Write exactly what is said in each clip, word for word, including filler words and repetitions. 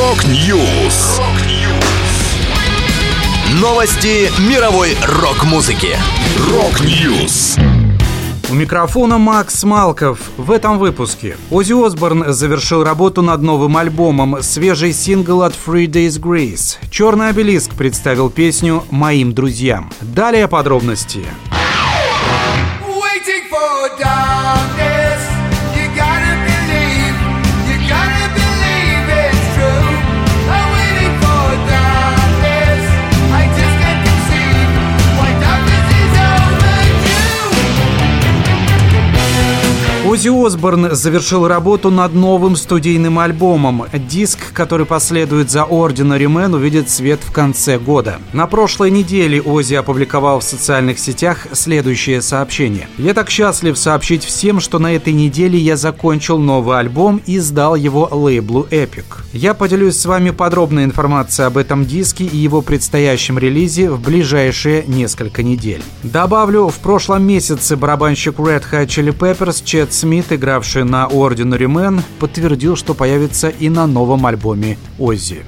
Рок-Ньюс. Новости мировой рок-музыки. Рок-Ньюс. У микрофона Макс Малков. В этом выпуске Оззи Осборн завершил работу над новым альбомом, свежий сингл от Three Days Grace. Черный обелиск представил песню «Моим друзьям». Далее подробности. Оззи Осборн завершил работу над новым студийным альбомом. Диск, который последует за Ordinary Man, увидит свет в конце года. На прошлой неделе Оззи опубликовал в социальных сетях следующее сообщение. «Я так счастлив сообщить всем, что на этой неделе я закончил новый альбом и сдал его лейблу Epic. Я поделюсь с вами подробной информацией об этом диске и его предстоящем релизе в ближайшие несколько недель». Добавлю, в прошлом месяце барабанщик Red Hot Chili Peppers Чет Смит, игравший на Ordinary Man, подтвердил, что появится и на новом альбоме Оззи.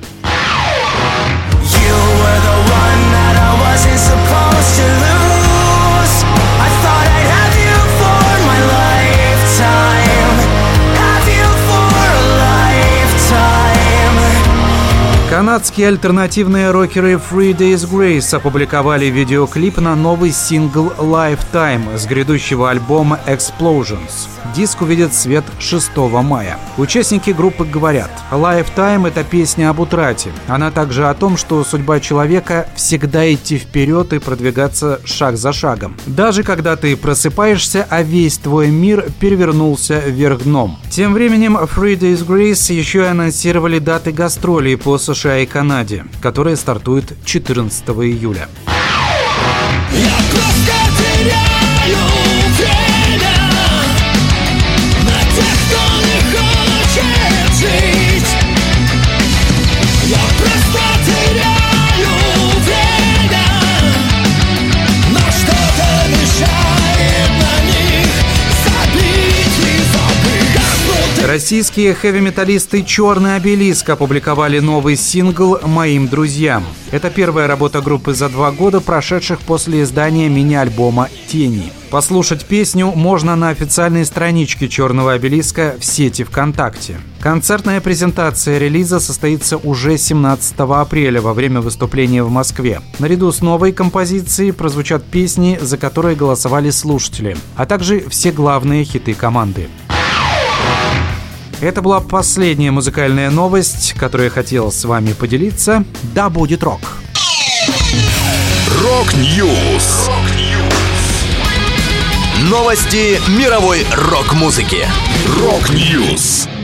Канадские альтернативные рокеры Three Days Grace опубликовали видеоклип на новый сингл Lifetime с грядущего альбома Explosions. Диск увидит свет шестого мая. Участники группы говорят, Lifetime — это песня об утрате. Она также о том, что судьба человека — всегда идти вперед и продвигаться шаг за шагом. Даже когда ты просыпаешься, а весь твой мир перевернулся вверх дном. Тем временем Three Days Grace еще и анонсировали даты гастролей по США и Канаде, которые стартуют четырнадцатого июля. Я просто теряю время на тех, кто не хочет жить. Я просто теряю время, но что-то мешает на них забить и забыть. Российские хэви-металлисты «Черный обелиск» опубликовали новый сингл «Моим друзьям». Это первая работа группы за два года, прошедших после издания мини-альбома «Тени». Послушать песню можно на официальной страничке «Черного обелиска» в сети ВКонтакте. Концертная презентация релиза состоится уже семнадцатого апреля во время выступления в Москве. Наряду с новой композицией прозвучат песни, за которые голосовали слушатели, а также все главные хиты команды. Это была последняя музыкальная новость, которую я хотел с вами поделиться. Да будет рок! Рок-Ньюс. Новости мировой рок-музыки. Рок-Ньюс.